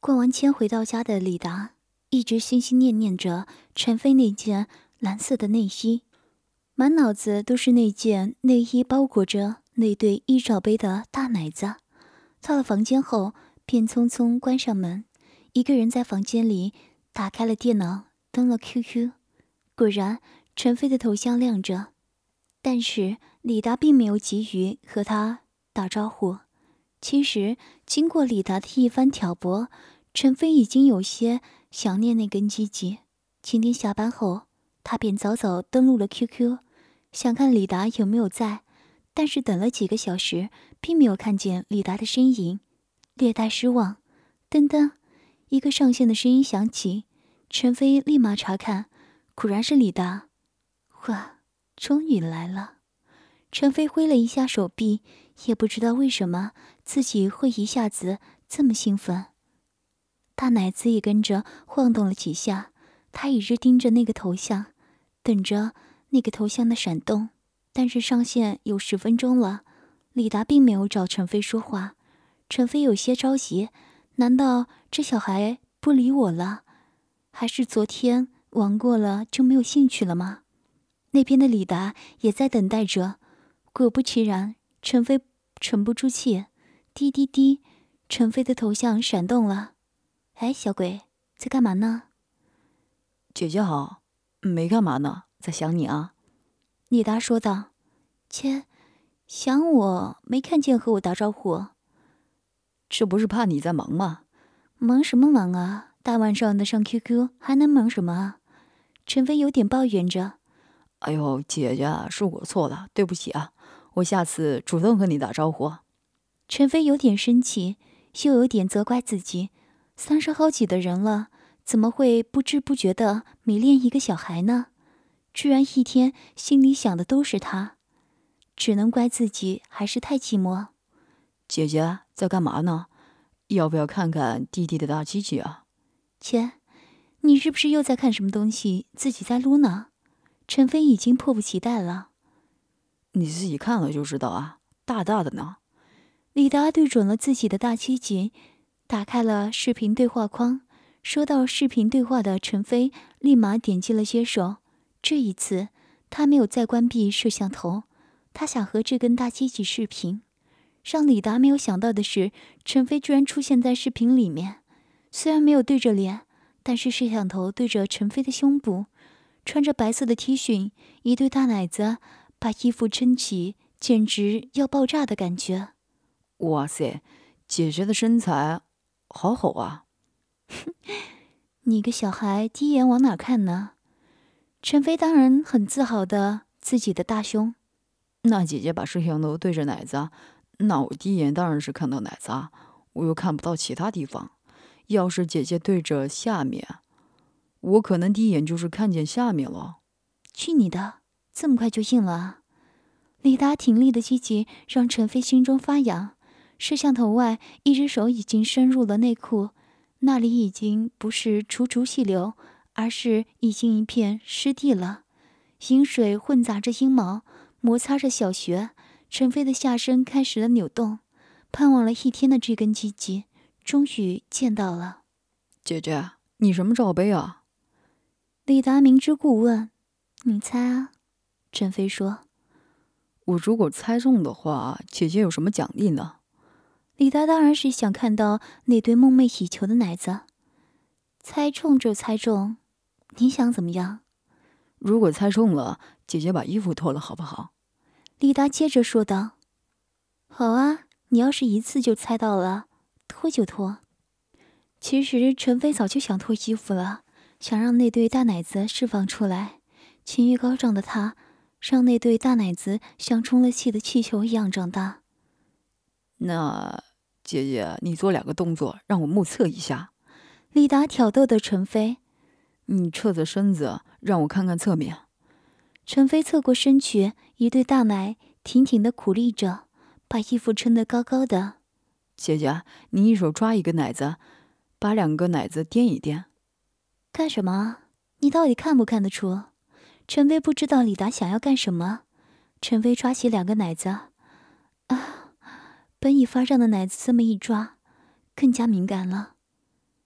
逛完签回到家的李达，一直心心念念着陈飞那件蓝色的内衣，满脑子都是那件内衣包裹着那对1罩杯的大奶子。到了房间后，便匆匆关上门，一个人在房间里打开了电脑，登了 QQ。果然，陈飞的头像亮着，但是李达并没有急于和他打招呼。其实，经过李达的一番挑拨，陈飞已经有些想念那根鸡鸡。今天下班后，他便早早登录了 QQ， 想看李达有没有在，但是等了几个小时，并没有看见李达的身影，略带失望。噔噔，一个上线的声音响起，陈飞立马查看，果然是李达。哇，终于来了！陈飞挥了一下手臂，也不知道为什么自己会一下子这么兴奋。大奶子也跟着晃动了几下，他一直盯着那个头像，等着那个头像的闪动。但是上线有10分钟了，李达并没有找陈飞说话。陈飞有些着急，难道这小孩不理我了？还是昨天玩过了就没有兴趣了吗？那边的李达也在等待着。果不其然，陈飞沉不住气，滴滴滴，陈飞的头像闪动了。哎，小鬼，在干嘛呢？ 姐姐好，没干嘛呢，在想你啊。 李达说道。切，想我没看见和我打招呼。 这不是怕你在忙吗？ 忙什么忙啊？大晚上的上 QQ 还能忙什么啊？陈飞有点抱怨着。 哎呦，姐姐，是我错了，对不起啊，我下次主动和你打招呼。 陈飞有点生气，又有点责怪自己，30好几的人了，怎么会不知不觉地迷恋一个小孩呢？居然一天心里想的都是他，只能怪自己还是太寂寞。 姐姐在干嘛呢？要不要看看弟弟的大鸡鸡啊？ 切，你是不是又在看什么东西，自己在撸呢？陈飞已经迫不及待了。 你自己看了就知道啊，大大的呢。 李达对准了自己的大鸡鸡，打开了视频对话框。收到视频对话的陈飞立马点击了接受。这一次，他没有再关闭摄像头，他想和这根大鸡鸡视频。让李达没有想到的是，陈飞居然出现在视频里面。虽然没有对着脸，但是摄像头对着陈飞的胸部，穿着白色的 T 恤，一对大奶子把衣服撑起，简直要爆炸的感觉。 哇塞，姐姐的身材好好啊。 你个小孩，第一眼往哪看呢？陈飞当然很自豪的自己的大胸。 那姐姐把摄像头对着奶子，那我第一眼当然是看到奶子啊，我又看不到其他地方。要是姐姐对着下面，我可能第一眼就是看见下面了。 去你的，这么快就硬了啊！李达挺立的鸡鸡让陈飞心中发痒。摄像头外，一只手已经伸入了内裤，那里已经不是楚楚细流，而是已经一片湿地了。饮水混杂着阴毛，摩擦着小穴，陈飞的下身开始了扭动。盼望了一天的这根鸡鸡，终于见到了。 姐姐，你什么罩杯啊？ 李达明知故问：“你猜啊？”陈飞说：“ 我如果猜中的话，姐姐有什么奖励呢？” 李达当然是想看到那堆梦寐以求的奶子。猜中就猜中，你想怎么样？ 如果猜中了，姐姐把衣服脱了好不好？ 李达接着说道：“好啊，你要是一次就猜到了，脱就脱。”其实陈飞早就想脱衣服了，想让那对大奶子释放出来。情欲高涨的他，让那对大奶子像充了气的气球一样长大。 那姐姐，你做2个动作，让我目测一下。 李达挑逗的陈飞。 你侧着身子，让我看看侧面。 陈飞侧过身去，一对大奶挺挺的苦立着，把衣服撑得高高的。 姐姐，你一手抓一个奶子，把2个奶子掂一掂。 干什么？你到底看不看得出？陈飞不知道李达想要干什么。陈飞抓起2个奶子，啊，本已发胀的奶子这么一抓，更加敏感了。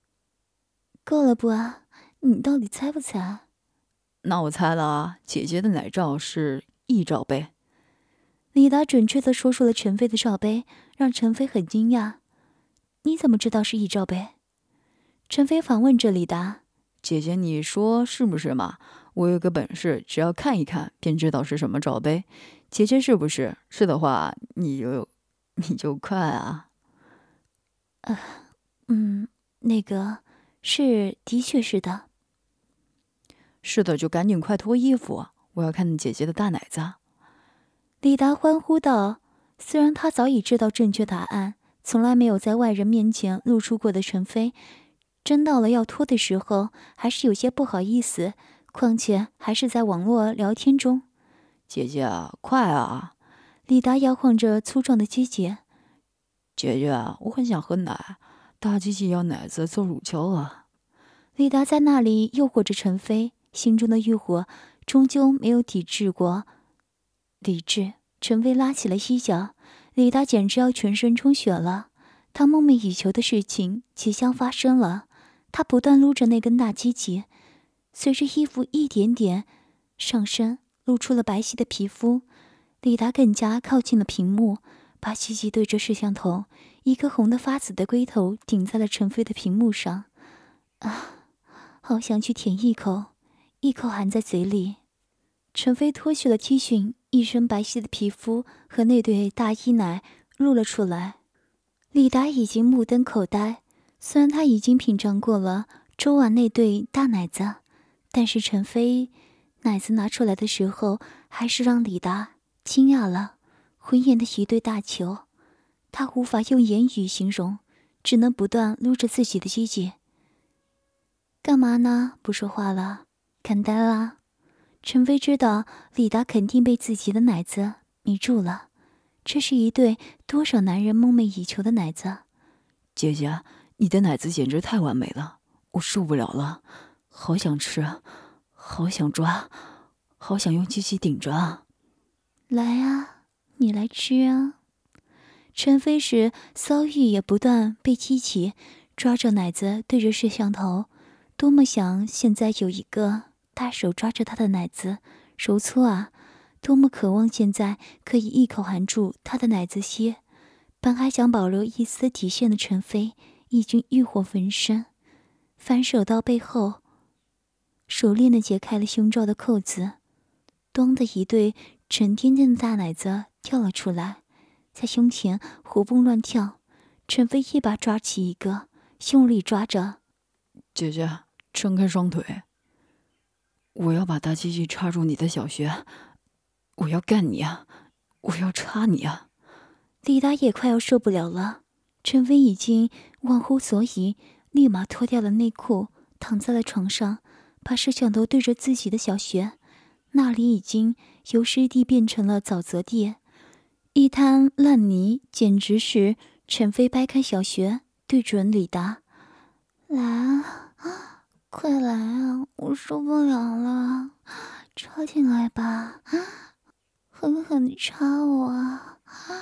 够了不啊？你到底猜不猜？ 那我猜了啊，姐姐的奶罩是1罩杯。 李达准确地说出了陈飞的罩杯，让陈飞很惊讶。你怎么知道是1罩杯？陈飞反问着李达。 姐姐，你说是不是嘛？我有个本事，只要看一看便知道是什么罩杯。姐姐是不是？是的话，你就快啊。 那个是，的确是的。 是的，就赶紧快脱衣服，我要看姐姐的大奶子。 李达欢呼道。虽然他早已知道正确答案，从来没有在外人面前露出过的陈飞，真到了要脱的时候，还是有些不好意思。况且还是在网络聊天中。 姐姐，快啊！ 李达摇晃着粗壮的鸡鸡。 姐姐，我很想喝奶，大鸡鸡要奶子做乳胶啊。 李达在那里诱惑着陈飞，心中的欲火终究没有抵制过理智。陈飞拉起了衣角，李达简直要全身充血了。他梦寐以求的事情即将发生了。他不断撸着那根大鸡鸡，随着衣服一点点上升，露出了白皙的皮肤。李达更加靠近了屏幕，把鸡鸡对着摄像头，一个红得发紫的龟头顶在了陈飞的屏幕上。好想去舔一口，一口含在嘴里。陈飞脱去了 T 恤，一身白皙的皮肤和那对大衣奶露了出来。李达已经目瞪口呆，虽然他已经品尝过了周晚那对大奶子，但是陈飞奶子拿出来的时候，还是让李达惊讶了。浑圆的一对大球，他无法用言语形容，只能不断撸着自己的鸡鸡。干嘛呢？不说话了？看呆啦？陈飞知道李达肯定被自己的奶子迷住了，这是一对多少男人梦寐以求的奶子。 姐姐，你的奶子简直太完美了，我受不了了，好想吃，好想抓，好想用机器顶着。 来啊，你来吃啊！陈飞时骚欲也不断被激起，抓着奶子对着摄像头，多么想现在有一个大手抓着他的奶子揉搓啊！多么渴望现在可以一口含住他的奶子些。本还想保留一丝底线的陈飞，已经欲火焚身，反手到背后，熟练地解开了胸罩的扣子，咚的一对沉甸甸的大奶子跳了出来，在胸前活蹦乱跳。陈飞一把抓起一个，用力抓着。 姐姐，撑开双腿，我要把大鸡鸡插入你的小穴，我要干你啊，我要插你啊！ 李达也快要受不了了，陈飞已经忘乎所以，立马脱掉了内裤，躺在了床上，把摄像头对着自己的小穴，那里已经由湿地变成了沼泽地，一滩烂泥，简直是。陈飞掰开小穴，对准李达：“来啊，快来啊，我受不了了，插进来吧，狠狠地插我啊！”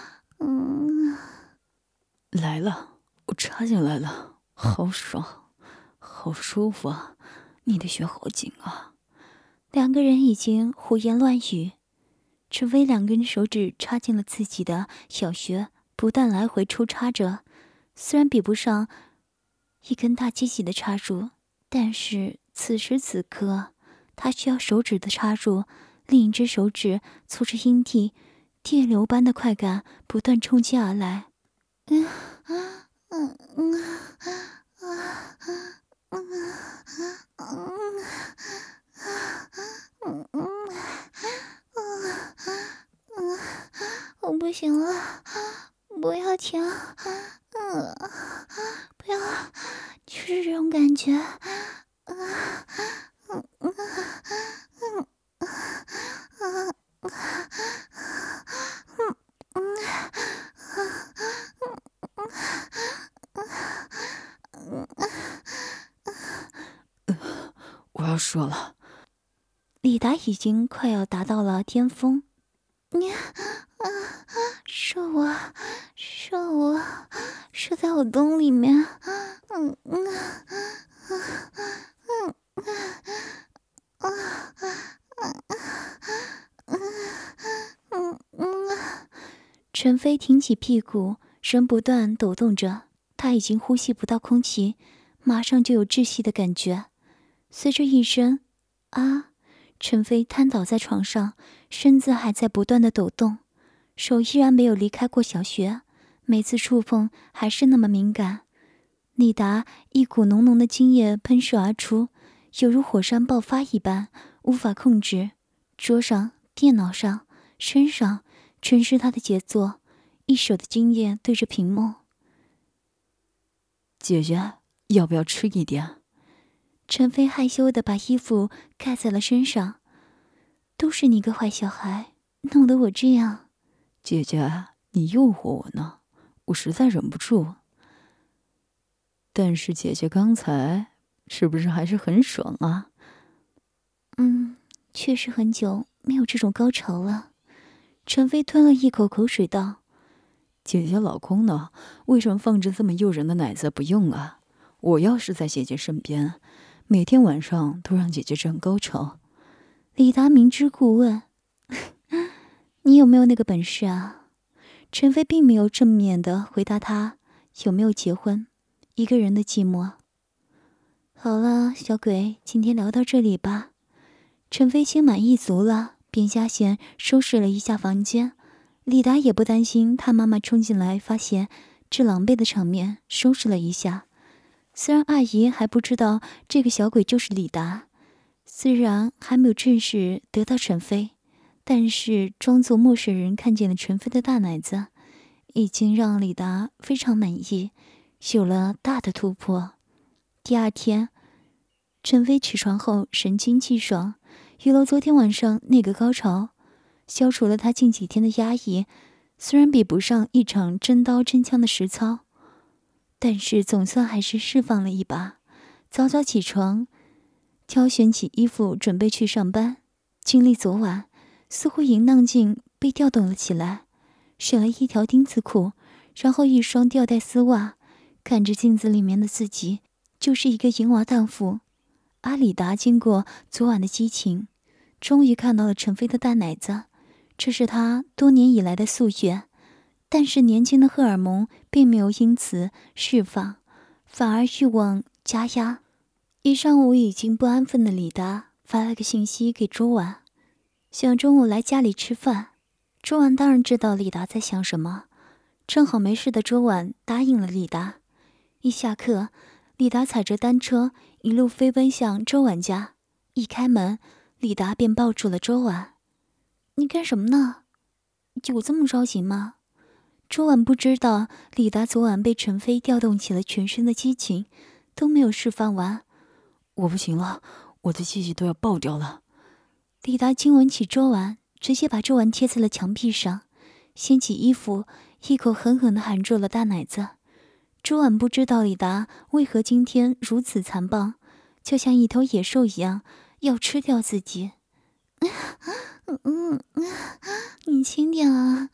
来了，我插进来了，好爽，好舒服啊！你的穴好紧啊！ 两个人已经胡言乱语。陈飞两根手指插进了自己的小穴，不断来回抽插着。虽然比不上一根大鸡鸡的插入，但是此时此刻，他需要手指的插入，另一只手指搓着阴蒂，电流般的快感不断冲击而来。我不行了，不要停，不要，就是这种感觉。 我要射了。 李达已经快要达到了巅峰。射我，射我，射在我洞里面。 陈飞挺起屁股，仍不断抖动着，他已经呼吸不到空气，马上就有窒息的感觉。随着一声“啊”，陈飞瘫倒在床上，身子还在不断的抖动，手依然没有离开过小穴，每次触碰还是那么敏感。李达一股浓浓的精液喷射而出，犹如火山爆发一般，无法控制。桌上、电脑上、身上全是他的杰作，一手的精液对着屏幕。 姐姐，要不要吃一点？ 陈飞害羞地把衣服盖在了身上。都是你个坏小孩，弄得我这样。 姐姐，你诱惑我呢，我实在忍不住。但是姐姐刚才是不是还是很爽啊？ 确实很久没有这种高潮了。陈飞吞了一口口水道： 姐姐老公呢？为什么放着这么诱人的奶子不用啊？我要是在姐姐身边，每天晚上都让姐姐占高潮。 李达明知故问：你有没有那个本事啊？陈飞并没有正面的回答他有没有结婚，一个人的寂寞。好了，小鬼，今天聊到这里吧。陈飞心满意足了，便下线收拾了一下房间。李达也不担心他妈妈冲进来发现这狼狈的场面，收拾了一下。虽然阿姨还不知道这个小鬼就是李达，虽然还没有正式得到陈飞，但是装作陌生人看见了陈飞的大奶子，已经让李达非常满意，有了大的突破。第二天，陈飞起床后神清气爽，有了昨天晚上那个高潮，消除了他近几天的压抑。虽然比不上一场真刀真枪的实操，但是总算还是释放了一把。早早起床，挑选起衣服准备去上班。经历昨晚，似乎淫荡劲被调动了起来，选了一条丁字裤，然后一双吊带丝袜，看着镜子里面的自己，就是一个淫娃荡妇。阿里达经过昨晚的激情，终于看到了陈飞的大奶子，这是他多年以来的夙愿。但是年轻的荷尔蒙并没有因此释放，反而欲望加压。一上午已经不安分的李达发了个信息给周婉，想中午来家里吃饭。周婉当然知道李达在想什么，正好没事的周婉答应了李达。一下课，李达踩着单车一路飞奔向周婉家。一开门，李达便抱住了周婉。你干什么呢？有这么着急吗？周婉不知道李达昨晚被陈飞调动起了全身的激情，都没有释放完。 我不行了，我的鸡鸡都要爆掉了。 李达亲吻起周婉，直接把周婉贴在了墙壁上，掀起衣服，一口狠狠地含住了大奶子。周婉不知道李达为何今天如此残暴，就像一头野兽一样要吃掉自己。你轻点啊！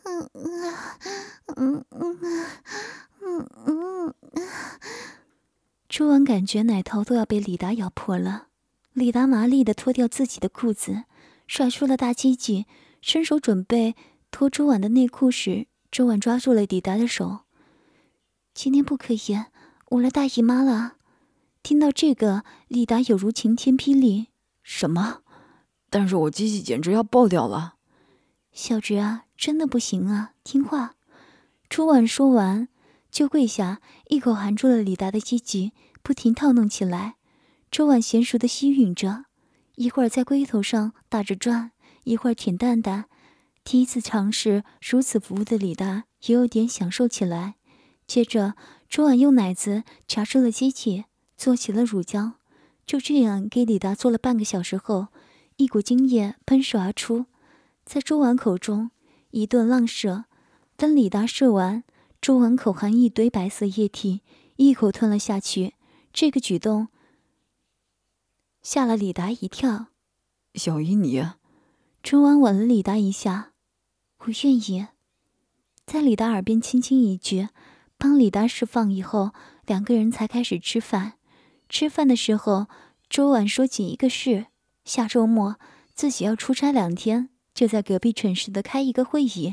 周婉感觉奶头都要被李达咬破了。李达麻利地脱掉自己的裤子，甩出了大鸡鸡，伸手准备脱周婉的内裤时，周婉抓住了李达的手。今天不可以，我来大姨妈了。听到这个，李达有如晴天霹雳。 什么？但是我鸡鸡简直要爆掉了。 小侄啊，真的不行啊，听话。周婉说完就跪下，一口含住了李达的鸡鸡，不停套弄起来。周婉娴熟地吸吮着，一会儿在龟头上打着转，一会儿舔蛋蛋。第一次尝试如此服务的李达也有点享受起来。接着周婉用奶子夹住了鸡鸡，做起了乳胶。就这样给李达做了半个小时后，一股精液喷射而出，在周婉口中一顿浪射。等李达射完，周婉口含一堆白色液体，一口吞了下去。这个举动吓了李达一跳。 小姨你…… 周婉吻了李达一下。我愿意。在李达耳边轻轻一句，帮李达释放以后，两个人才开始吃饭。吃饭的时候，周婉说起一个事，下周末自己要出差2天，就在隔壁城市的开一个会议。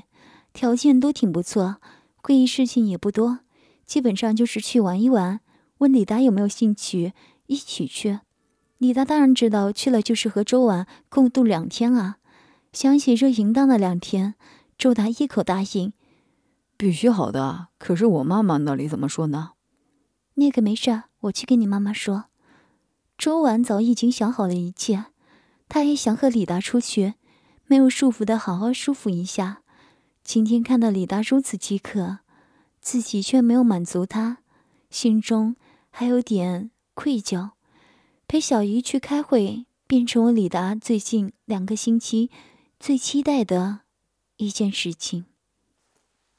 条件都挺不错，会议事情也不多，基本上就是去玩一玩，问李达有没有兴趣一起去。李达当然知道，去了就是和周婉共度2天啊。想起这淫荡的2天，周达一口答应。 必须好的，可是我妈妈那里怎么说呢？ 那个没事，我去跟你妈妈说。周婉早已经想好了一切，她也想和李达出去，没有束缚的好好舒服一下。今天看到李达如此饥渴，自己却没有满足他，心中还有点愧疚。陪小姨去开会，变成我李达最近2个星期最期待的一件事情。